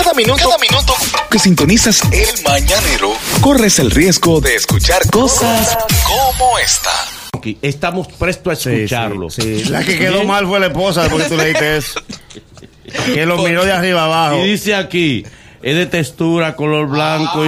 Cada minuto que sintonizas el mañanero, corres el riesgo de escuchar cosas como esta. Aquí estamos prestos a escucharlo. Sí. La que quedó mal fue la esposa después que tú le dijiste eso. Que lo miró de arriba abajo. Y dice aquí, es de textura, color blanco.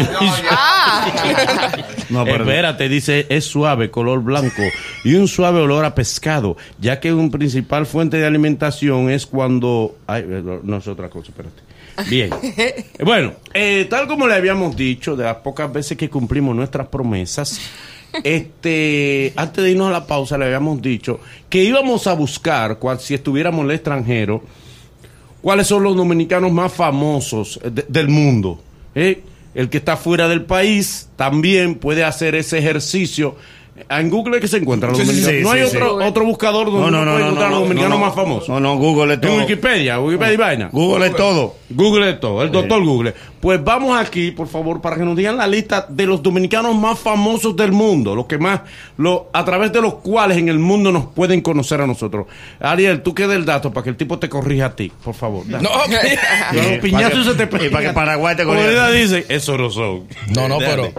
No, espérate, dice, es suave, color blanco y un suave olor a pescado, ya que una principal fuente de alimentación es cuando... Ay, no es otra cosa, espérate. Bien. Bueno, tal como le habíamos dicho, de las pocas veces que cumplimos nuestras promesas, antes de irnos a la pausa le habíamos dicho que íbamos a buscar, si estuviéramos en el extranjero, cuáles son los dominicanos más famosos del mundo. El que está fuera del país también puede hacer ese ejercicio. En Google, ¿qué se encuentra? No hay otro buscador donde uno puede encontrar los dominicanos más famosos. No, Google es todo. En Wikipedia y vaina. Google es todo. Google es todo, el doctor Google. Pues vamos aquí, por favor, para que nos digan la lista de los dominicanos más famosos del mundo, los que más, a través de los cuales en el mundo nos pueden conocer a nosotros. Ariel, tú queda el dato para que el tipo te corrija a ti, por favor. No, los piñazos se te pegan. Para que Paraguay te corrija. Dice, eso no son. No, pero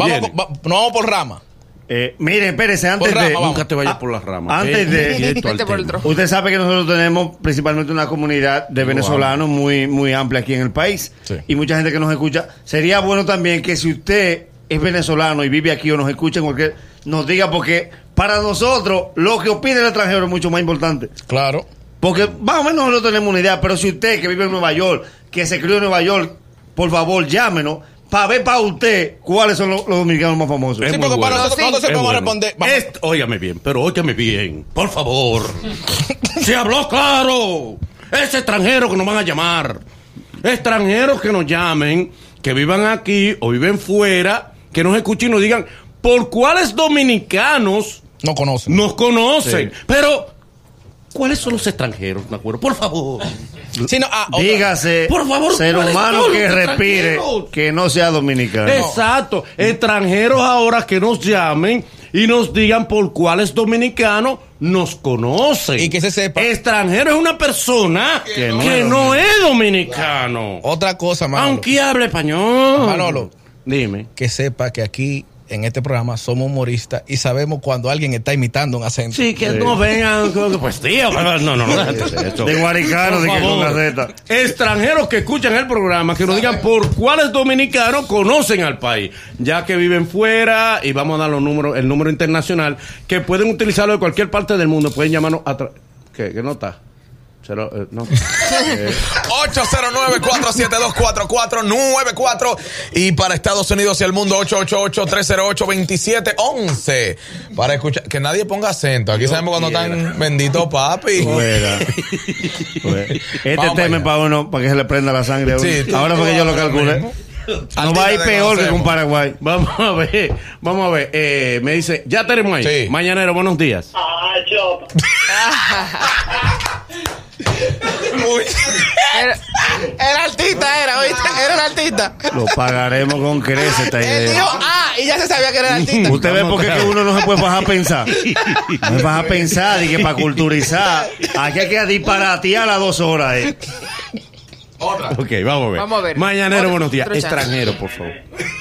vamos por rama. Mire, espérese, antes de... Nunca te vayas por las ramas. Antes de... Usted sabe que nosotros tenemos principalmente una comunidad de venezolanos muy, muy amplia aquí en el país. Sí. Y mucha gente que nos escucha. Sería bueno también que si usted es venezolano y vive aquí o nos escucha en cualquier... Nos diga, porque para nosotros lo que opina el extranjero es mucho más importante. Claro. Porque más o menos nosotros tenemos una idea, pero si usted que vive en Nueva York, que se crió en Nueva York, por favor, llámenos. Para ver para usted cuáles son los dominicanos más famosos. Sí, porque para nosotros se podemos responder. Óigame bien, pero óigame bien, por favor. Se habló claro. Ese extranjero que nos van a llamar. Extranjeros que nos llamen, que vivan aquí o viven fuera, que nos escuchen y nos digan por cuáles dominicanos nos conocen. Sí. Pero, ¿cuáles son los extranjeros? ¿Me acuerdo? Por favor. Sí, no, dígase, por favor, ser humano que respire, que no sea dominicano. Exacto, extranjeros ahora que nos llamen y nos digan por cuáles dominicanos nos conocen. Y que se sepa. Extranjero es una persona que no es dominicano. Otra cosa, Manolo. Aunque hable español. Manolo, dime. Que sepa que aquí en este programa somos humoristas y sabemos cuando alguien está imitando un acento. Sí, que no vengan, pues tío, no. De guaricano, de que con gaceta. Extranjeros que escuchan el programa, que nos digan por cuáles dominicanos conocen al país, ya que viven fuera, y vamos a dar el número internacional, que pueden utilizarlo de cualquier parte del mundo, pueden llamarnos ¿qué nota? 809-472-4494 y para Estados Unidos y el mundo 888-308-2711 para escuchar, que nadie ponga acento, aquí sabemos cuando están benditos papi. Tema es para uno, para que se le prenda la sangre a uno. Sí, ahora porque yo lo calculé. No va a ir peor que con Paraguay. Vamos a ver. Me dice, ya tenemos ahí. Sí. Mañanero, buenos días. Era artista, era un artista. Lo pagaremos con creces esta idea. Él dijo, y ya se sabía que era artista. Usted ve por qué que uno no se puede bajar a pensar. No es bajar a pensar y que para culturizar aquí hay que disparatear a 2 horas. Otra. Ok, vamos a ver. Mañanero, buenos días. Extranjero, por favor.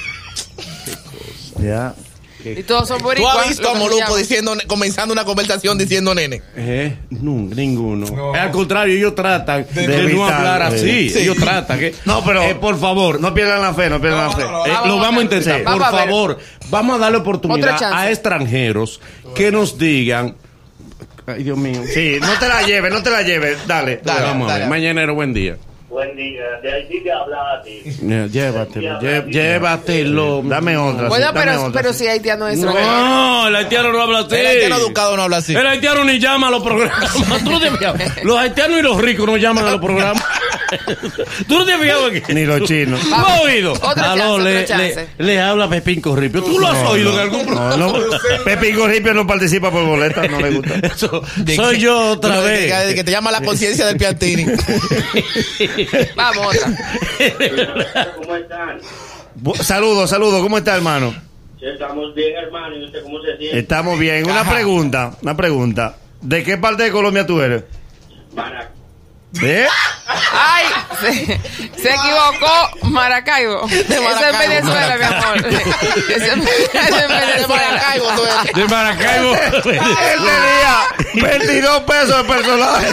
Ya. Y todos son boricuas. ¿Tú has visto a Molupo comenzando una conversación diciendo nene? No, ninguno. No. Al contrario, ellos tratan de no hablar así. Sí. Ellos tratan que... No, pero por favor, no pierdan la fe, lo vamos a intentar. Sí. Por favor, vamos a darle oportunidad a extranjeros que nos digan... Ay, Dios mío. Sí, no te la lleves. Dale, vamos a ver. Mañanero, buen día. Buen día, de Haití te habla a ti. Llévatelo. Dame otra. Bueno, pero si haitiano es No, el haitiano no habla así. El haitiano educado no habla así. El haitiano ni llama a los programas. Los haitianos y los ricos no llaman a los programas. ¿Tú no te has fijado aquí? Ni los chinos. ¿Lo has oído? Le habla Pepín Corripio. ¿Tú lo has oído en algún programa? No. Pepín Corripio no participa por boleta, no le gusta. Eso, soy yo otra vez. Que te llama la conciencia del Piantini. Vamos, otra. ¿Cómo están? Saludos, ¿cómo está, hermano? Sí, estamos bien, hermano. ¿Y usted cómo se siente? Estamos bien. Una pregunta. ¿De qué parte de Colombia tú eres? Ay, se equivocó. Maracaibo. Eso es Venezuela, mi amor. Eso es Venezuela. De Maracaibo. Él tenía 22 pesos de personaje.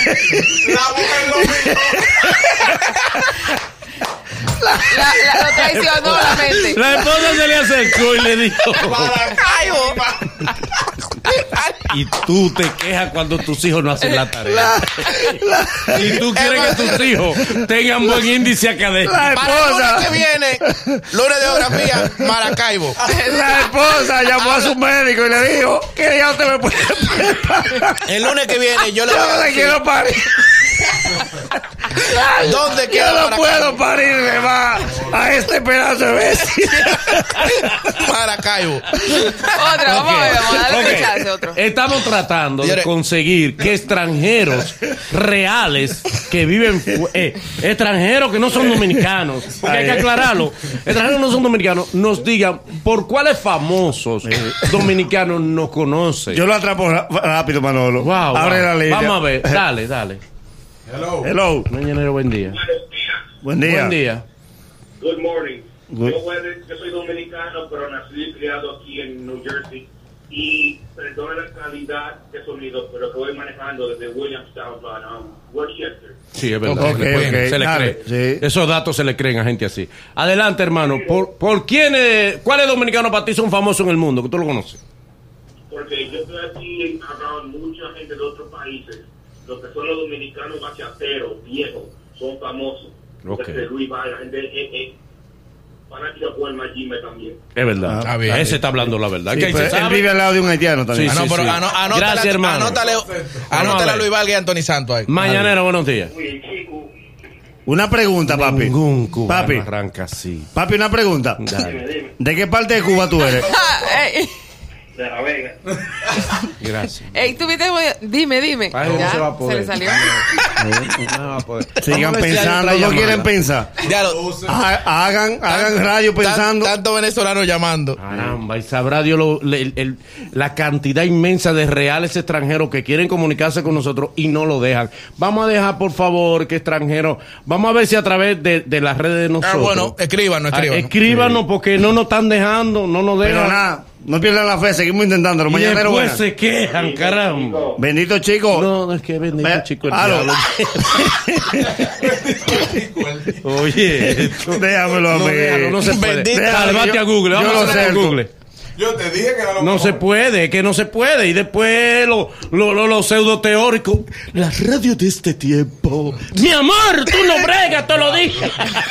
Lo traicionó la mente. La esposa se le acercó y le dijo: Maracaibo. Y tú te quejas cuando tus hijos no hacen la tarea. Y tú quieres que tus hijos tengan buen índice académico. La Para el lunes esposa, que viene, lunes de geografía, Maracaibo. la esposa llamó a su médico y le dijo: ¿qué día usted me puede parar? El lunes que viene yo le voy Yo a no le decir quiero parir. dónde Yo queda no Maracaibo. puedo parirle más a este pedazo de bestia. Maracaibo. Otra, vamos a ver, vamos a darle Ok. un chance, otro. Estamos tratando de Señores. conseguir que extranjeros reales que viven, extranjeros que no son dominicanos, porque hay que aclararlo, extranjeros que no son dominicanos, nos digan por cuáles famosos dominicanos nos conocen. Yo lo atrapo rápido, Manolo. Wow, Abre wow. la línea. Vamos a ver, dale. Hello. Mañanero, buen día. Buen día. Buen día. Good morning. Good. Yo soy dominicano, pero nací y criado aquí en New Jersey. Y perdona la calidad de sonido, pero que voy manejando desde Williamstown a Worcester. Sí, es verdad. Ok, se le cree, ok, se le dale, cree. sí. Esos datos se le creen a gente así. Adelante, hermano. ¿Por quiénes, cuáles dominicanos para ti son famosos en el mundo? Que tú lo conoces. Porque yo estoy aquí hablando mucha gente de otros países. Los que son los dominicanos bachateros, viejos, son famosos. Ok. Desde Luis Vargas, gente fanática de Juan Magime también. Es verdad. Ah, bien. Ese está hablando la verdad. Sí, que ahí pero se él sabe. vive al lado de un haitiano también. Sí, Ah, no, pero sí. anótale, Gracias, hermano. Anótale Vamos a a ver. Luis Vargas y Anthony Santos ahí. Mañanero, buenos días. Oye, chico, Una pregunta, papi. Ningún cubano Papi. arranca así. Papi, una pregunta. Dale. dime, ¿De qué parte de Cuba tú eres? Ey, de La Vega. Gracias. ey, tú viste, dime. Ay, no Ya, se va a poder. le salió. No va a poder. Sigan Vamos a ver si hay pensando, otra no quieren llamada. pensar. Hagan radio pensando. Tanto venezolano llamando. Caramba, y sabrá Dios la cantidad inmensa de reales extranjeros que quieren comunicarse con nosotros y no lo dejan. Vamos a dejar, por favor, que extranjeros. Vamos a ver si a través de las redes de nosotros. Bueno, escríbanos. Escríbanos porque no nos están dejando, no nos dejan. Pero nada, no pierdan la fe, seguimos intentándolo. Y Mañanero, después buena. se quejan, caramba. Bendito chico. No, es que bendito Ve- chico el Aló. diablo. Oye, esto- Déjamelo a no, mí. déjalo, no se puede. Bendito. Dale, vete a Google, Yo vamos lo a hacer acerco. Google. Yo te dije que era lo No mejor. se puede, que no se puede. Y después los pseudo teóricos. La radio de este tiempo. Mi amor, tú no bregas todos los días.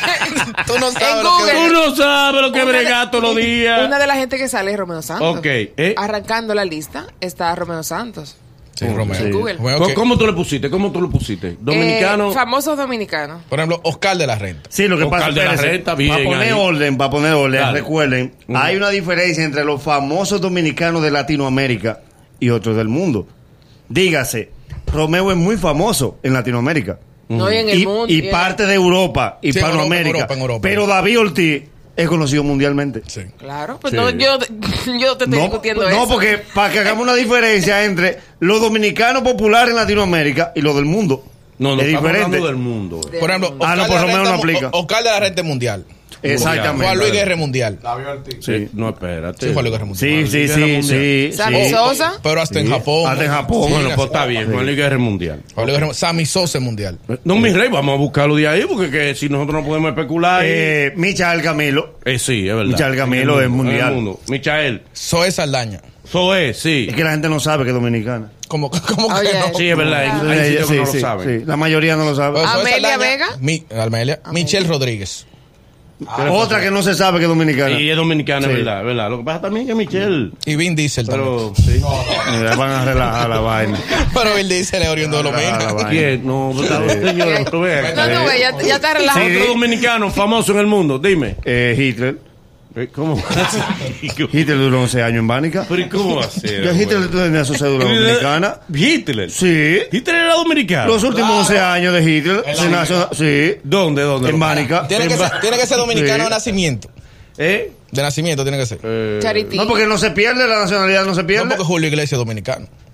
Tú no En sabes lo Google. Tú no sabes lo que Una de- bregas todos los días. Una de las gente que sale es Romeo Santos. Ok, Arrancando la lista está Romeo Santos. Sí, Romeo. En Google. Romeo, ¿Cómo, que- cómo tú le pusiste? Dominicano. Famosos dominicanos. Por ejemplo, Oscar de la Renta. Sí, lo que Oscar pasa de la espérense, Renta, bien para poner ahí. orden, Dale. recuerden, hay una diferencia entre los famosos dominicanos de Latinoamérica y otros del mundo. Dígase, Romeo es muy famoso en Latinoamérica. No, y en el y, mundo. y parte de Europa y Sí, en Hispanoamérica. Europa. Pero David Ortiz es conocido mundialmente. Sí. Claro, pues Sí. no, yo te estoy discutiendo eso. No, porque para que hagamos una diferencia entre los dominicanos populares en Latinoamérica y los del mundo. No, no es estamos diferente. hablando del mundo. Por ejemplo, Ah, no, Oscar por de la Romeo Renta no aplica. Oscar de la Renta mundial. Exactamente. Juan Luis Guerre mundial. David Ortiz. Sí, no, espérate. Sí, Juan Luis Guerre mundial. Sí, sí, sí, sí. Sammy sí. Sosa. Pero hasta en Sí, Japón. hasta en Japón. Sí, Bueno, así. pues está bien. Juan Luis Guerra mundial. Juan Luis Guerre- Sammy Sosa mundial. No, mi rey, vamos a buscarlo de ahí porque que si nosotros no podemos especular. Michael Camilo. Sí, es verdad. Michael Camilo En el es mundo, mundial. en el mundo. Michael. Zoe Saldaña. Zoe, sí. Es que la gente no sabe que es dominicana. ¿Cómo que Oye, no? Sí, es verdad. Hay Sí, sitios que no sí, lo saben. sí. La mayoría no lo sabe. Pero Zoe Amelia Saldaña, Vega. Amelia. Michelle Rodríguez. Otra que no se sabe que es dominicana. Y es dominicana, Sí. es verdad, es verdad. Lo que pasa también es que Michelle. Y Vin Diesel Pero, también. sí. Mira, van a relajar la vaina. Pero Vin Diesel es oriundo de los Ah, la mismos. vaina. ¿Quién? No, señor, tú ves. No, no, güey, ya está relajado. Otro dominicano famoso en el mundo, dime. Hitler. ¿Cómo? Hitler duró 11 años en Bánica. Pero ¿y cómo va a ser? Ya Hitler tenía su cédula dominicana. Hitler. Sí. Hitler era dominicano. Los últimos 11 años de Hitler se nació. Sí. ¿Dónde? En Bánica. Tiene que ser dominicano Sí. de nacimiento. ¿Eh? De nacimiento tiene que ser. Charity. No, porque no se pierde la nacionalidad, no se No pierde. porque Julio Iglesias es dominicano.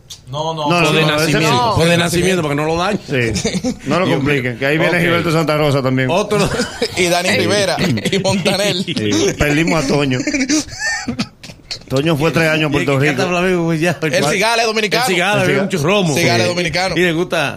Fue de nacimiento. Fue de nacimiento porque no lo dañen. Sí. No lo compliquen. Que ahí viene Gilberto Santa Rosa también. Otro. Y Dani Rivera y Montanel. Sí. Perdimos a Toño. Toño fue 3 años a Puerto Rico. El Cigale es dominicano. El Cigale es un churromo. Cigale es dominicano. Y le gusta.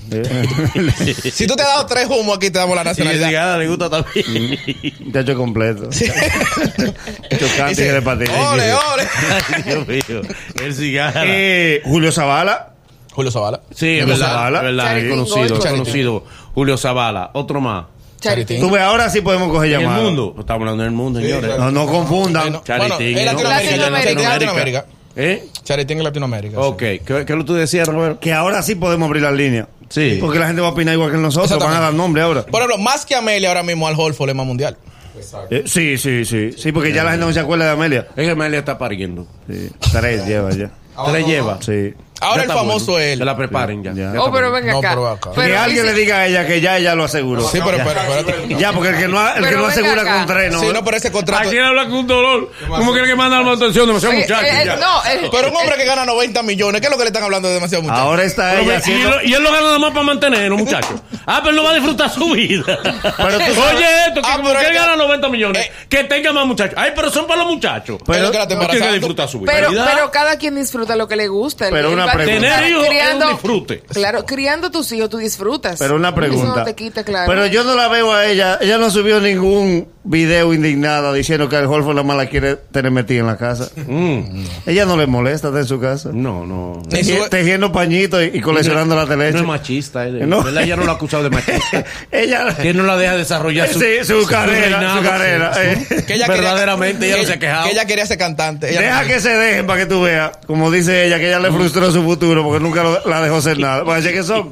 Si tú te has dado 3 humos, aquí te damos la nacionalidad. Y el Cigale le gusta también. Te ha hecho completo. Chocante y de patín. ¡Ole, ole! Ay, Dios mío. El Cigale. Julio Zavala. Sí, es verdad. Es conocido. Julio Zavala. Otro más. Charitín. Tú ves, ahora sí podemos coger En el llamadas. mundo. Estamos hablando del mundo, señores. No confundan. Charitín. Bueno, Latinoamérica. ¿Eh? Charitín en Latinoamérica. Ok. ¿Qué es lo que tú decías, Roberto? Que ahora sí podemos abrir las líneas. Sí. Porque la gente va a opinar igual que nosotros. Van a dar nombre ahora. Por ejemplo, más que Amelia ahora mismo al Holford es más mundial. Sí. Sí, porque ya la gente no se acuerda de Amelia. Es que Amelia está pariendo. Sí. 3 lleva ya. 3 lleva. Sí. Ahora Ya el está famoso bueno. él. Se la preparen ya. Ya. Oh, pero venga No, acá. pero acá. Que alguien le diga a ella que ya ella lo aseguró. Sí, pero espérate. Ya, porque el que no Pero venga asegura acá. con 3, ¿no? Sí, no, pero ese contrato. Aquí habla con un dolor. ¿Cómo quiere que manda la manutención? Demasiado muchachos. Pero un hombre que gana 90 millones, ¿qué es lo que le están hablando de demasiado mucho? Ahora está ella haciendo... Y él lo gana nada más para mantenerlo, muchachos. Pero no va a disfrutar su vida. Pero tú sabes- Oye, esto, que como pero que él es que- gana 90 millones, que tenga más muchachos. Ay, pero son para los muchachos. Pero que la está No quiere embarazando. disfrutar su vida. Pero cada quien disfruta lo que le gusta. Pero una pregunta. Tener hijos es un disfrute. Claro, criando tus hijos tú disfrutas. Pero una pregunta. Eso no te quita, claro. Pero yo no la veo a ella. Ella no subió ningún video indignada diciendo que el Holford nada más la quiere tener metida en la casa. Ella no le molesta estar en su casa. No. Tejiendo pañitos y coleccionando la No leche. es machista. No. ¿Verdad? Ella no lo ha acusado de machista. Ella... Que no la deja desarrollar su carrera. reinado. Su carrera. Que ella Verdaderamente, ella no se ha quejado. Que ella quería ser cantante. Ella Deja no- que se dejen para que tú veas. Como dice ella, que ella le frustró su futuro porque nunca la dejó ser nada. Parece que son.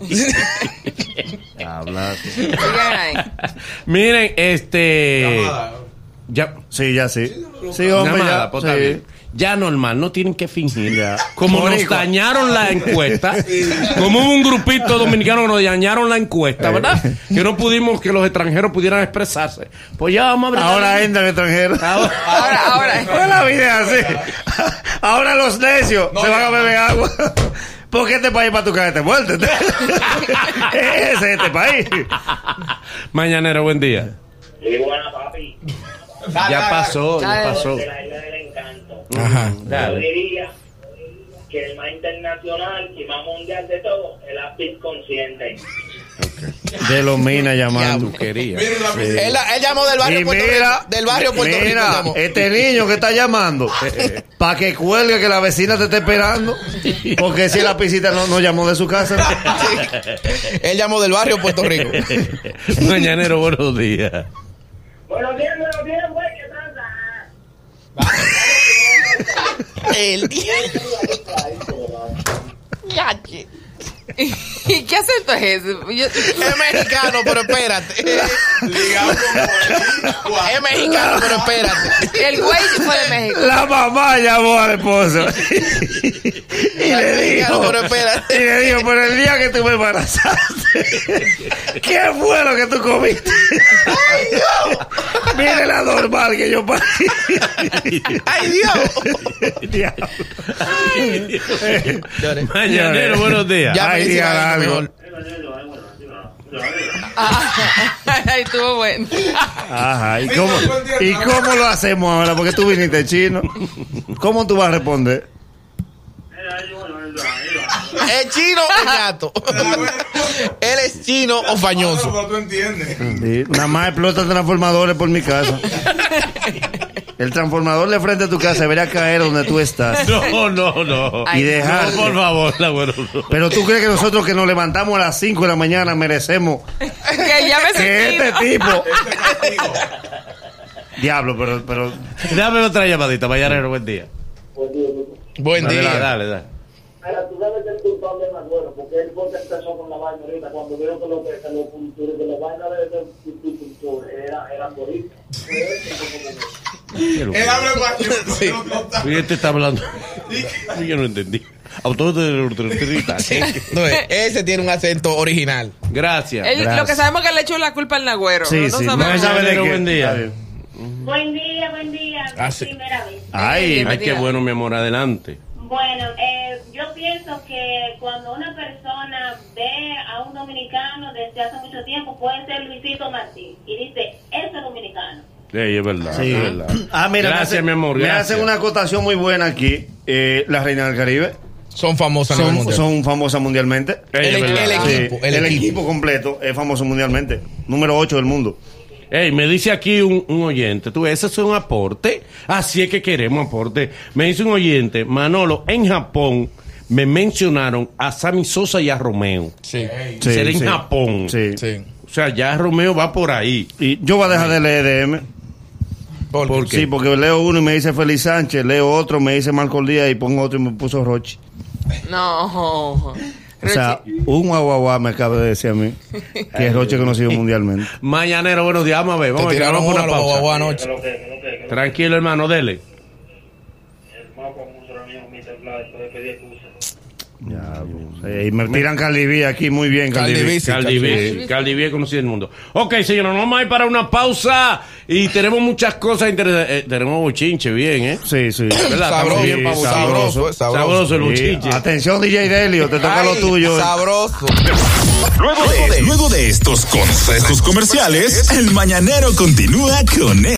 Sigan ahí. Miren, ya. Sí, ya sí. Sí, hombre, Llamada, ya. pues, está Sí. bien. Ya normal, no tienen que fingir. Ya. Como nos Boricua. dañaron la encuesta, como hubo un grupito dominicano que nos dañaron la encuesta, ¿verdad? Que no pudimos que los extranjeros pudieran expresarse. Pues ya vamos a abrir. Ahora entran extranjeros. Ahora. Pues la vida es así. Ahora los necios se van a beber agua. Porque este país para tu cara te muerte. Ese es este país. Mañanero, buen día. Y buena, papi. Ya pasó. De la isla del encanto. Ajá. Yo diría que el más internacional y más mundial de todo es la PIT consciente. De los minas llamando. Tú querías. Él llamó del barrio Y Puerto mira, Rico. Del barrio Puerto Rico. mira, llamó. este niño que está llamando, para que cuelgue que la vecina te esté esperando, porque si la pisita no llamó de su casa. Él llamó del barrio Puerto Rico. Mañanero, buenos días. Buenos días, güey, ¿qué pasa? El ¿Y qué acento es ese? Es mexicano, pero espérate. Es mexicano, pero espérate. El güey fue de México. La mamá llamó al esposo y le Mexicano, dijo, pero espérate. pero el día que tú me embarazaste, ¿qué fue lo que tú comiste? ¡Ay, Dios! Mire la normal que yo parí. ¡Ay, Dios! Mañanero, buenos días. Ya me Ay, dice diga algo algo. mejor. Ay, estuvo bueno. Ajá, ¿y cómo lo hacemos ahora? Porque tú viniste chino. ¿Cómo tú vas a responder? ¿Es chino o gato? Él es chino o fañoso. Pero tú entiendes. Sí, nada más explota transformadores por mi casa. El transformador de frente a tu casa debería caer donde tú estás. No. Y dejar. No, por favor, la bueno. Pero tú crees que nosotros que nos levantamos a las 5 de la mañana merecemos Que ya me que sentí. este tipo. Diablo, pero. Dame otra llamadita, Mañanero, buen día. Buen día. Dale. Ahora, tú sabes que el culpable es más bueno, porque él fue que empezó con la vaina ahorita, cuando vieron que lo cultura, que la vaina de cultura era boricua. Él habla español. Sí. Y este está hablando. Yo no entendí. Autor de No, ese tiene un acento original. Gracias. Lo que sabemos es que le echó la culpa al nagüero. Sí, no sí. sabemos. No sabe de Mañanero, qué. buen día. Buen día. Ah, sí. Primera vez. Ay, Ay, qué bueno, mi amor, adelante. Bueno, yo pienso que cuando una persona ve a un dominicano desde hace mucho tiempo, puede ser Luisito Martín, y dice, ese es dominicano. Sí, es verdad. Sí. Es verdad. Mira, gracias, mi amor. Me Gracias. hacen una acotación muy buena aquí. La Reina del Caribe. Son famosas a nivel mundial. Son famosas mundialmente. El equipo completo es famoso mundialmente. Número 8 del mundo. Me dice aquí un oyente, tú, ese es un aporte, así es que queremos aporte. Me dice un oyente, Manolo, en Japón me mencionaron a Sammy Sosa y a Romeo. Sí. Será en Japón. Sí. O sea, ya Romeo va por ahí. Y yo voy a dejar de leer DM. ¿Por qué? Sí, porque leo uno y me dice Félix Sánchez, leo otro, me dice Marco Díaz y pongo otro y me puso Rochi. No. O sea, un guaguaguá me acaba de decir a mí que es Roche conocido mundialmente. Mañanero, buenos días, vamos a ver. Vamos a tiraron por una una pausa. guaguaguá anoche. Tranquilo, hermano, dele. El más famoso ahora mismo, Mr. Fly, puede pedir excusa. Ya, y me tiran Cardi B aquí muy bien. Cardi B. Cardi B es conocido en el mundo. Ok, señores, nos vamos a ir para una pausa y tenemos muchas cosas interesantes. Tenemos bochinche bien, ¿eh? Sí. ¿Verdad? Sabroso, Bien para sabroso el bochinche. Atención, DJ Delio, te toca lo tuyo. Sabroso. Luego de estos consejos comerciales, el Mañanero continúa con él.